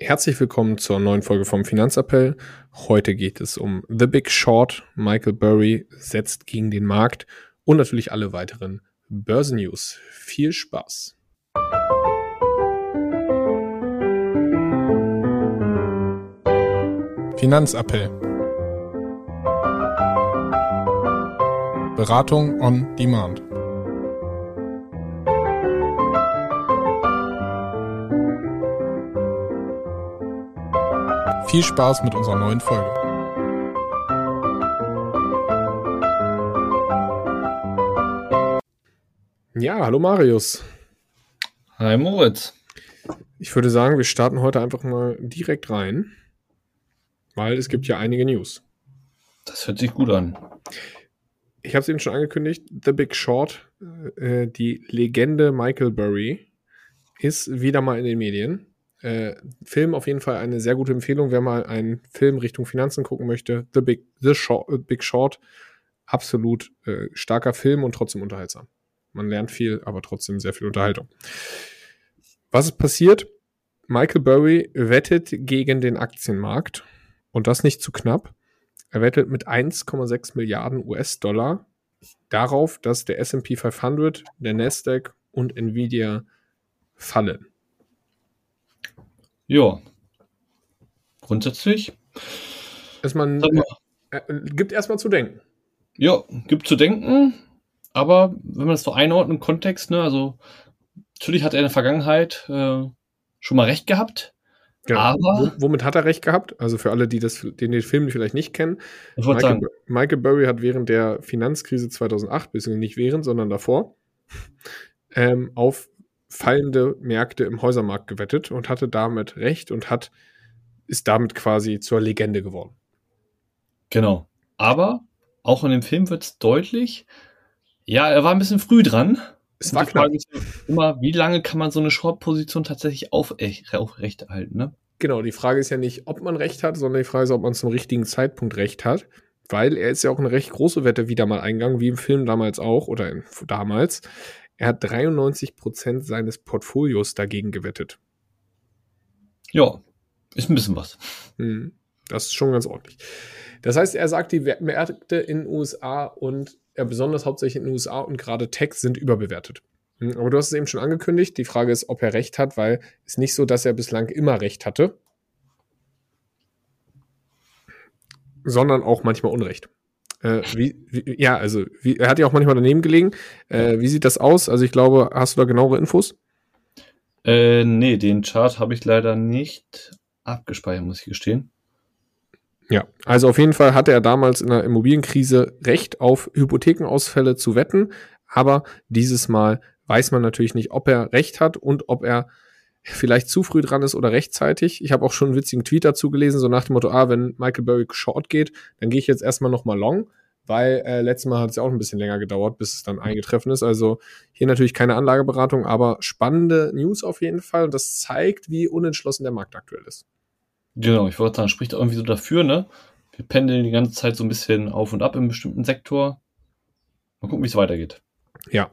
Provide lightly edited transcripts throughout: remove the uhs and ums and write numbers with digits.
Herzlich willkommen zur neuen Folge vom Finanzappell. Heute geht es um The Big Short. Michael Burry setzt gegen den Markt und natürlich alle weiteren Börsennews. Viel Spaß! Finanzappell. Beratung on Demand. Viel Spaß mit unserer neuen Folge. Ja, hallo Marius. Hi Moritz. Ich würde sagen, wir starten heute einfach mal direkt rein, weil es gibt ja einige News. Das hört sich gut an. Ich habe es eben schon angekündigt, The Big Short, die Legende Michael Burry, ist wieder mal in den Medien. Film auf jeden Fall eine sehr gute Empfehlung, wer mal einen Film Richtung Finanzen gucken möchte. The Big Short, absolut starker Film und trotzdem unterhaltsam. Man lernt viel, aber trotzdem sehr viel Unterhaltung. Was ist passiert? Michael Burry wettet gegen den Aktienmarkt und das nicht zu knapp. Er wettet mit 1,6 Milliarden US-Dollar darauf, dass der S&P 500, der Nasdaq und Nvidia fallen. Ja, grundsätzlich. Gibt erstmal zu denken. Ja, gibt zu denken, aber wenn man das so einordnet im Kontext, ne, also natürlich hat er in der Vergangenheit schon mal recht gehabt. Genau. Aber womit hat er recht gehabt? Also für alle, die den Film vielleicht nicht kennen, Michael Burry hat während der Finanzkrise 2008, beziehungsweise nicht während, sondern davor, auf fallende Märkte im Häusermarkt gewettet und hatte damit recht und ist damit quasi zur Legende geworden. Genau. Aber auch in dem Film wird es deutlich, ja, er war ein bisschen früh dran. Es war knapp. Die Frage ist immer, wie lange kann man so eine Short-Position tatsächlich aufrechterhalten, ne? Genau, die Frage ist ja nicht, ob man recht hat, sondern die Frage ist, ob man zum richtigen Zeitpunkt recht hat, weil er ist ja auch eine recht große Wette wieder mal eingegangen, wie im Film damals auch, oder damals. Er hat 93% seines Portfolios dagegen gewettet. Ja, ist ein bisschen was. Das ist schon ganz ordentlich. Das heißt, er sagt, die Märkte in den USA und besonders hauptsächlich in den USA und gerade Tech sind überbewertet. Aber du hast es eben schon angekündigt. Die Frage ist, ob er recht hat, weil es nicht so, dass er bislang immer recht hatte, sondern auch manchmal Unrecht. Er hat ja auch manchmal daneben gelegen. Wie sieht das aus? Also ich glaube, hast du da genauere Infos? Nee, den Chart habe ich leider nicht abgespeichert, muss ich gestehen. Ja, also auf jeden Fall hatte er damals in der Immobilienkrise Recht auf Hypothekenausfälle zu wetten, aber dieses Mal weiß man natürlich nicht, ob er Recht hat und ob er vielleicht zu früh dran ist oder rechtzeitig. Ich habe auch schon einen witzigen Tweet dazu gelesen, so nach dem Motto, wenn Michael Burry short geht, dann gehe ich jetzt erstmal nochmal long, weil letztes Mal hat es ja auch ein bisschen länger gedauert, bis es dann eingetreffen ist. Also hier natürlich keine Anlageberatung, aber spannende News auf jeden Fall und das zeigt, wie unentschlossen der Markt aktuell ist. Genau, ich wollte sagen, spricht irgendwie so dafür, ne? Wir pendeln die ganze Zeit so ein bisschen auf und ab im bestimmten Sektor. Mal gucken, wie es weitergeht. Ja.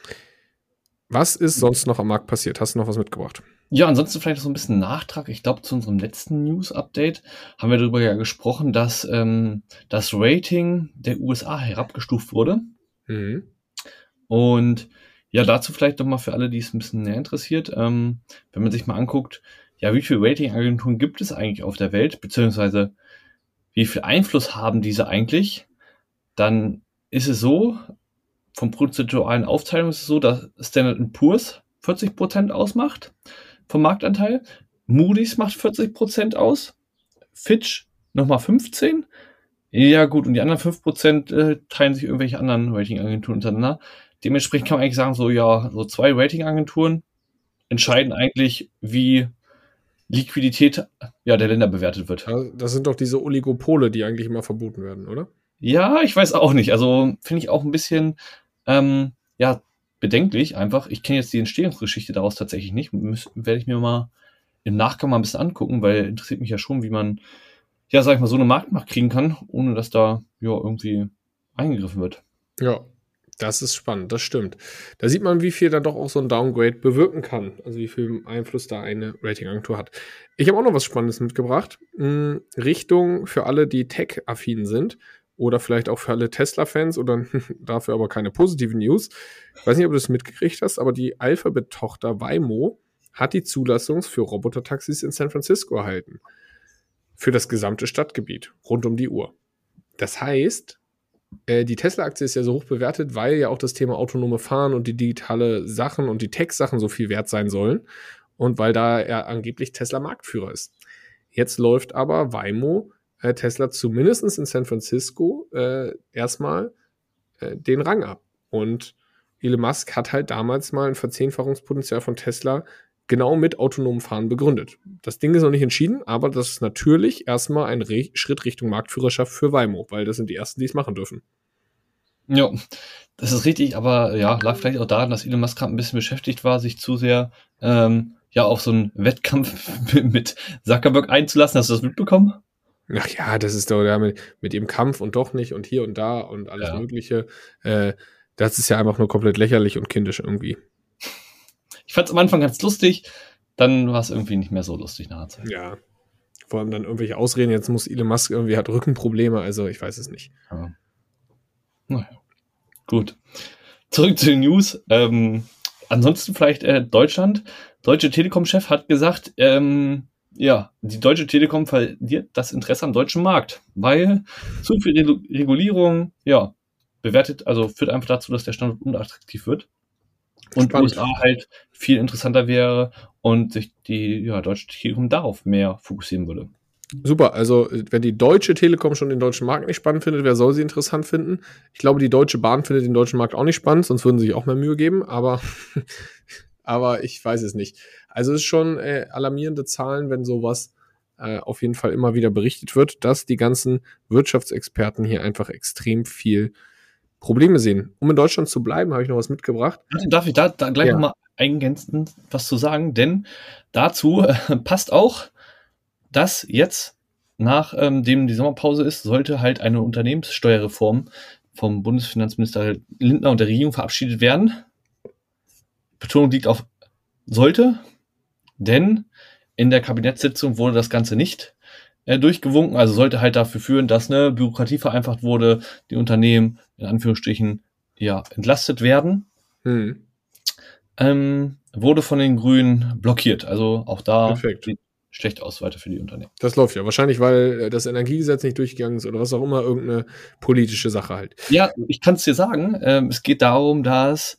Was ist sonst noch am Markt passiert? Hast du noch was mitgebracht? Ja, ansonsten vielleicht noch so ein bisschen Nachtrag. Ich glaube, zu unserem letzten News-Update haben wir darüber ja gesprochen, dass das Rating der USA herabgestuft wurde. Mhm. Und ja, dazu vielleicht nochmal für alle, die es ein bisschen näher interessiert, wenn man sich mal anguckt, ja, wie viele Ratingagenturen gibt es eigentlich auf der Welt, beziehungsweise wie viel Einfluss haben diese eigentlich, dann ist es so, vom prozentualen Aufteilung ist es so, dass Standard & Poor's 40% ausmacht vom Marktanteil, Moody's macht 40% aus, Fitch nochmal 15%, ja gut, und die anderen 5% teilen sich irgendwelche anderen Ratingagenturen untereinander. Dementsprechend kann man eigentlich sagen, so 2 Ratingagenturen entscheiden eigentlich, wie Liquidität der Länder bewertet wird. Das sind doch diese Oligopole, die eigentlich immer verboten werden, oder? Ja, ich weiß auch nicht. Also finde ich auch ein bisschen bedenklich einfach. Ich kenne jetzt die Entstehungsgeschichte daraus tatsächlich nicht. Werde ich mir mal im Nachgang mal ein bisschen angucken, weil interessiert mich ja schon, wie man, ja, sag ich mal, so eine Marktmacht kriegen kann, ohne dass da irgendwie eingegriffen wird. Ja, Das ist spannend, das stimmt. Da sieht man, wie viel dann doch auch so ein Downgrade bewirken kann. Also wie viel Einfluss da eine Ratingagentur hat. Ich habe auch noch was Spannendes mitgebracht. Richtung für alle, die Tech-affin sind oder vielleicht auch für alle Tesla-Fans oder dafür aber keine positiven News. Ich weiß nicht, ob du das mitgekriegt hast, aber die Alphabet-Tochter Waymo hat die Zulassung für Robotertaxis in San Francisco erhalten. Für das gesamte Stadtgebiet, rund um die Uhr. Das heißt, die Tesla-Aktie ist ja so hoch bewertet, weil ja auch das Thema autonome Fahren und die digitale Sachen und die Tech-Sachen so viel wert sein sollen und weil da er angeblich Tesla Marktführer ist. Jetzt läuft aber Waymo Tesla zumindest in San Francisco erstmal den Rang ab. Und Elon Musk hat halt damals mal ein Verzehnfachungspotenzial von Tesla genau mit autonomem Fahren begründet. Das Ding ist noch nicht entschieden, aber das ist natürlich erstmal ein Schritt Richtung Marktführerschaft für Waymo, weil das sind die Ersten, die es machen dürfen. Ja, das ist richtig, aber ja, lag vielleicht auch daran, dass Elon Musk gerade ein bisschen beschäftigt war, sich zu sehr auf so einen Wettkampf mit Zuckerberg einzulassen. Hast du das mitbekommen? Ach ja, das ist doch mit dem Kampf und doch nicht und hier und da und alles Mögliche. Das ist ja einfach nur komplett lächerlich und kindisch irgendwie. Ich fand es am Anfang ganz lustig, dann war es irgendwie nicht mehr so lustig nach der Zeit. Ja, vor allem dann irgendwelche Ausreden, jetzt muss Elon Musk irgendwie, hat Rückenprobleme, also ich weiß es nicht. Ja. Naja, gut. Zurück zu den News. Ansonsten vielleicht Deutschland. Deutsche Telekom-Chef hat gesagt, die Deutsche Telekom verliert das Interesse am deutschen Markt, weil zu viel Regulierung, führt einfach dazu, dass der Standort unattraktiv wird. Und Spannend. USA halt viel interessanter wäre und sich die Deutsche Telekom darauf mehr fokussieren würde. Super, also wenn die Deutsche Telekom schon den deutschen Markt nicht spannend findet, wer soll sie interessant finden? Ich glaube, die Deutsche Bahn findet den deutschen Markt auch nicht spannend, sonst würden sie sich auch mehr Mühe geben, aber ich weiß es nicht. Also es ist schon alarmierende Zahlen, wenn sowas auf jeden Fall immer wieder berichtet wird, dass die ganzen Wirtschaftsexperten hier einfach extrem viel Probleme sehen. Um in Deutschland zu bleiben, habe ich noch was mitgebracht. Darf ich da gleich nochmal eingänzend was zu sagen? Denn dazu passt auch, dass jetzt, nachdem die Sommerpause ist, sollte halt eine Unternehmenssteuerreform vom Bundesfinanzminister Lindner und der Regierung verabschiedet werden. Betonung liegt auf sollte, denn in der Kabinettssitzung wurde das Ganze nicht durchgewunken, also sollte halt dafür führen, dass Bürokratie vereinfacht wurde, die Unternehmen in Anführungsstrichen entlastet werden. Wurde von den Grünen blockiert, also auch da sieht schlecht aus weiter für die Unternehmen. Das läuft ja wahrscheinlich, weil das Energiegesetz nicht durchgegangen ist oder was auch immer, irgendeine politische Sache halt. Ja, ich kann es dir sagen, es geht darum, dass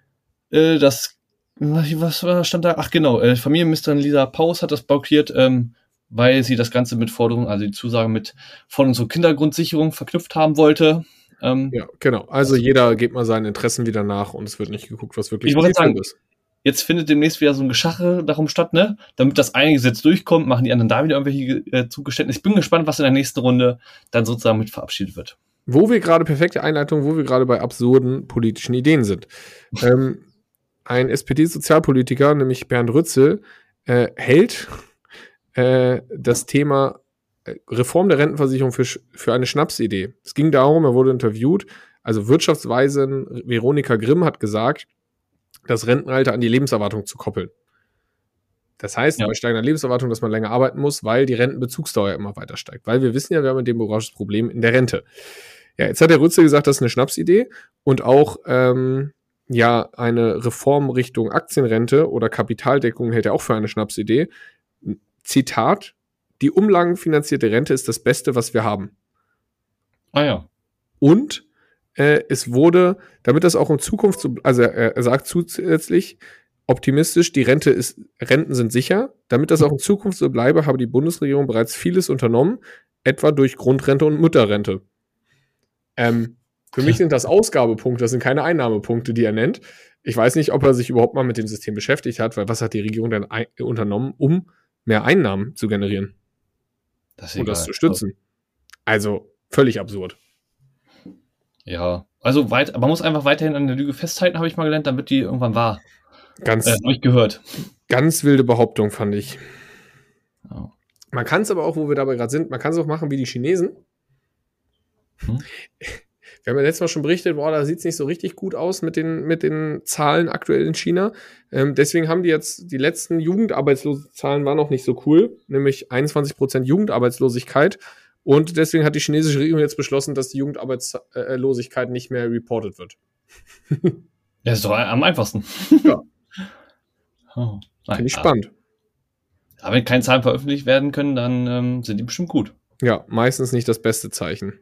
was stand da? Ach genau, Familienministerin Lisa Paus hat das blockiert, weil sie das Ganze mit Forderungen, also die Zusage mit Forderungen zur Kindergrundsicherung verknüpft haben wollte. Ja, genau. Also jeder geht mal seinen Interessen wieder nach und es wird nicht geguckt, was wirklich ist. Jetzt findet demnächst wieder so ein Geschache darum statt, damit das eine Gesetz durchkommt, machen die anderen da wieder irgendwelche Zugeständnisse. Ich bin gespannt, was in der nächsten Runde dann sozusagen mit verabschiedet wird. Perfekte Einleitung, wo wir gerade bei absurden politischen Ideen sind. Ein SPD-Sozialpolitiker, nämlich Bernd Rützel, hält das Thema Reform der Rentenversicherung für eine Schnapsidee. Es ging darum, er wurde interviewt, also Wirtschaftsweisin Veronika Grimm hat gesagt, das Rentenalter an die Lebenserwartung zu koppeln. Das heißt, bei steigender Lebenserwartung, dass man länger arbeiten muss, weil die Rentenbezugsdauer immer weiter steigt. Weil wir wissen ja, wir haben ein demografisches Problem in der Rente. Ja, jetzt hat der Rützel gesagt, das ist eine Schnapsidee und auch eine Reform Richtung Aktienrente oder Kapitaldeckung hält er auch für eine Schnapsidee. Zitat, die umlagenfinanzierte Rente ist das Beste, was wir haben. Ah ja. Und es wurde, damit das auch in Zukunft so, also er sagt zusätzlich optimistisch, Renten sind sicher. Damit das auch in Zukunft so bleibe, habe die Bundesregierung bereits vieles unternommen, etwa durch Grundrente und Mütterrente. Für mich sind das Ausgabepunkte, das sind keine Einnahmepunkte, die er nennt. Ich weiß nicht, ob er sich überhaupt mal mit dem System beschäftigt hat, weil was hat die Regierung denn unternommen, um mehr Einnahmen zu generieren? Und das zu stützen. Also völlig absurd. Ja, also man muss einfach weiterhin an der Lüge festhalten, habe ich mal gelernt, damit die irgendwann wahr. Habe ich gehört. Ganz wilde Behauptung, fand ich. Ja. Man kann es aber auch, wo wir dabei gerade sind, man kann es auch machen wie die Chinesen. Wir haben ja letztes Mal schon berichtet, da sieht es nicht so richtig gut aus mit den Zahlen aktuell in China. Deswegen haben die jetzt, die letzten Jugendarbeitslosenzahlen waren noch nicht so cool, nämlich 21% Jugendarbeitslosigkeit. Und deswegen hat die chinesische Regierung jetzt beschlossen, dass die Jugendarbeitslosigkeit nicht mehr reported wird. Ja, ist doch am einfachsten. Ja. Oh, Finde ich spannend. Aber wenn keine Zahlen veröffentlicht werden können, dann sind die bestimmt gut. Ja, meistens nicht das beste Zeichen.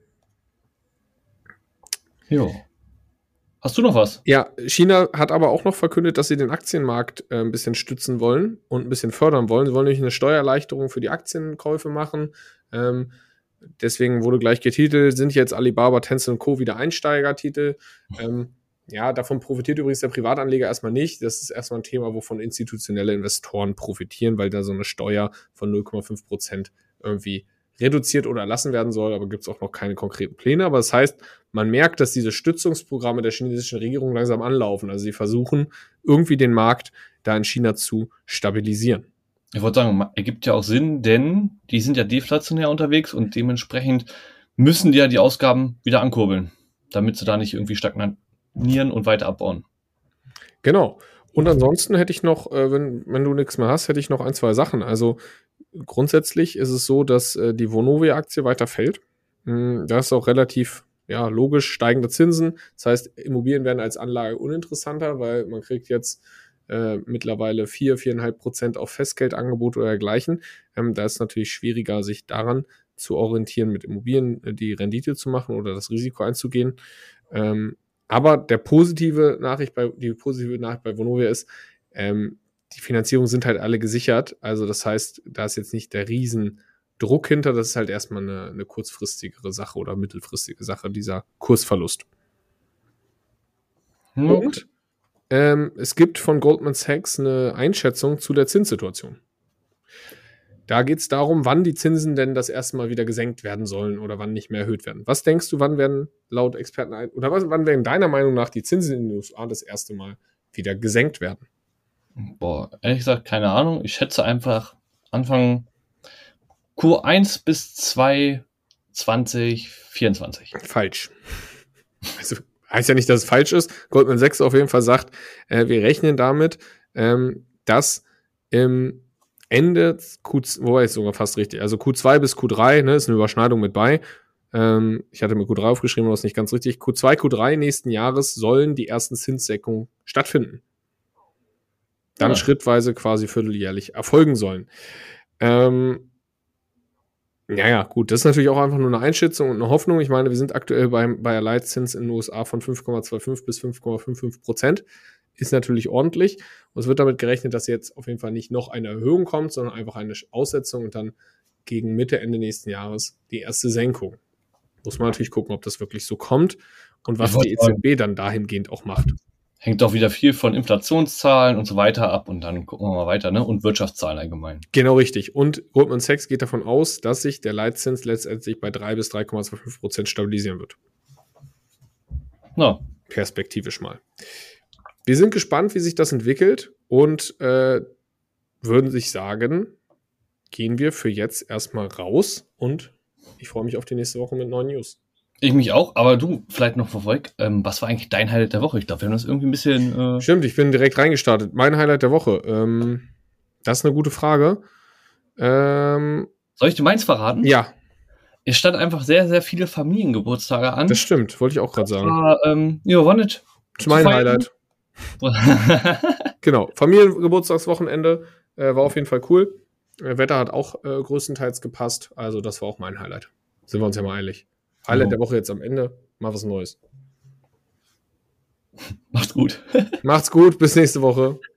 Jo. Hast du noch was? Ja, China hat aber auch noch verkündet, dass sie den Aktienmarkt ein bisschen stützen wollen und ein bisschen fördern wollen. Sie wollen nämlich eine Steuererleichterung für die Aktienkäufe machen. Deswegen wurde gleich getitelt, sind jetzt Alibaba, Tencent und Co. wieder Einsteigertitel. Ja, davon profitiert übrigens der Privatanleger erstmal nicht. Das ist erstmal ein Thema, wovon institutionelle Investoren profitieren, weil da so eine Steuer von 0,5% irgendwie reduziert oder erlassen werden soll, aber gibt es auch noch keine konkreten Pläne. Aber das heißt, man merkt, dass diese Stützungsprogramme der chinesischen Regierung langsam anlaufen. Also sie versuchen, irgendwie den Markt da in China zu stabilisieren. Ich wollte sagen, ergibt ja auch Sinn, denn die sind ja deflationär unterwegs und dementsprechend müssen die ja die Ausgaben wieder ankurbeln, damit sie da nicht irgendwie stagnieren und weiter abbauen. Genau. Und ansonsten hätte ich noch, wenn du nichts mehr hast, hätte ich noch 1, 2 Sachen. Also grundsätzlich ist es so, dass die Vonovia-Aktie weiter fällt. Da ist auch relativ logisch steigende Zinsen. Das heißt, Immobilien werden als Anlage uninteressanter, weil man kriegt jetzt mittlerweile 4,5% auf Festgeldangebot oder dergleichen. Da ist es natürlich schwieriger, sich daran zu orientieren, mit Immobilien die Rendite zu machen oder das Risiko einzugehen. Aber die positive Nachricht bei Vonovia ist, die Finanzierungen sind halt alle gesichert. Also das heißt, da ist jetzt nicht der Riesendruck hinter. Das ist halt erstmal eine kurzfristigere Sache oder mittelfristige Sache, dieser Kursverlust. Und es gibt von Goldman Sachs eine Einschätzung zu der Zinssituation. Da geht es darum, wann die Zinsen denn das erste Mal wieder gesenkt werden sollen oder wann nicht mehr erhöht werden. Was denkst du, wann werden laut Experten wann werden deiner Meinung nach die Zinsen in den USA das erste Mal wieder gesenkt werden? Boah, ehrlich gesagt, keine Ahnung. Ich schätze einfach Anfang Q1 bis 2 2024. Falsch. Also heißt ja nicht, dass es falsch ist. Goldman Sachs auf jeden Fall sagt, wir rechnen damit, dass im Ende Q2, wobei ist sogar fast richtig, also Q2 bis Q3, ne, ist eine Überschneidung mit bei. Ich hatte mir Q3 aufgeschrieben, aber das ist nicht ganz richtig. Q2, Q3 nächsten Jahres sollen die ersten Zinssenkungen stattfinden. Dann schrittweise quasi vierteljährlich erfolgen sollen. Gut, das ist natürlich auch einfach nur eine Einschätzung und eine Hoffnung. Ich meine, wir sind aktuell bei Leitzins in den USA von 5,25 bis 5,55%. Ist natürlich ordentlich. Und es wird damit gerechnet, dass jetzt auf jeden Fall nicht noch eine Erhöhung kommt, sondern einfach eine Aussetzung und dann gegen Mitte, Ende nächsten Jahres die erste Senkung. Muss man natürlich gucken, ob das wirklich so kommt und was die EZB dann dahingehend auch macht. Hängt doch wieder viel von Inflationszahlen und so weiter ab und dann gucken wir mal weiter, ne? Und Wirtschaftszahlen allgemein. Genau richtig. Und Goldman Sachs geht davon aus, dass sich der Leitzins letztendlich bei 3 bis 3,25% stabilisieren wird. Na. Perspektivisch mal. Wir sind gespannt, wie sich das entwickelt und würden sich sagen, gehen wir für jetzt erstmal raus und ich freue mich auf die nächste Woche mit neuen News. Ich mich auch, aber du, vielleicht noch vorweg, was war eigentlich dein Highlight der Woche? Ich glaube, wir haben das irgendwie ein bisschen... Stimmt, ich bin direkt reingestartet. Mein Highlight der Woche, das ist eine gute Frage. Soll ich dir meins verraten? Ja. Es stand einfach sehr, sehr viele Familiengeburtstage an. Das stimmt, wollte ich auch gerade sagen. War nicht. Das ist mein Highlight. Genau, Familiengeburtstagswochenende war auf jeden Fall cool. Wetter hat auch größtenteils gepasst, also das war auch mein Highlight. Sind wir uns ja mal eilig. Highlight der Woche jetzt am Ende, mal was Neues. Macht's gut. Macht's gut, bis nächste Woche.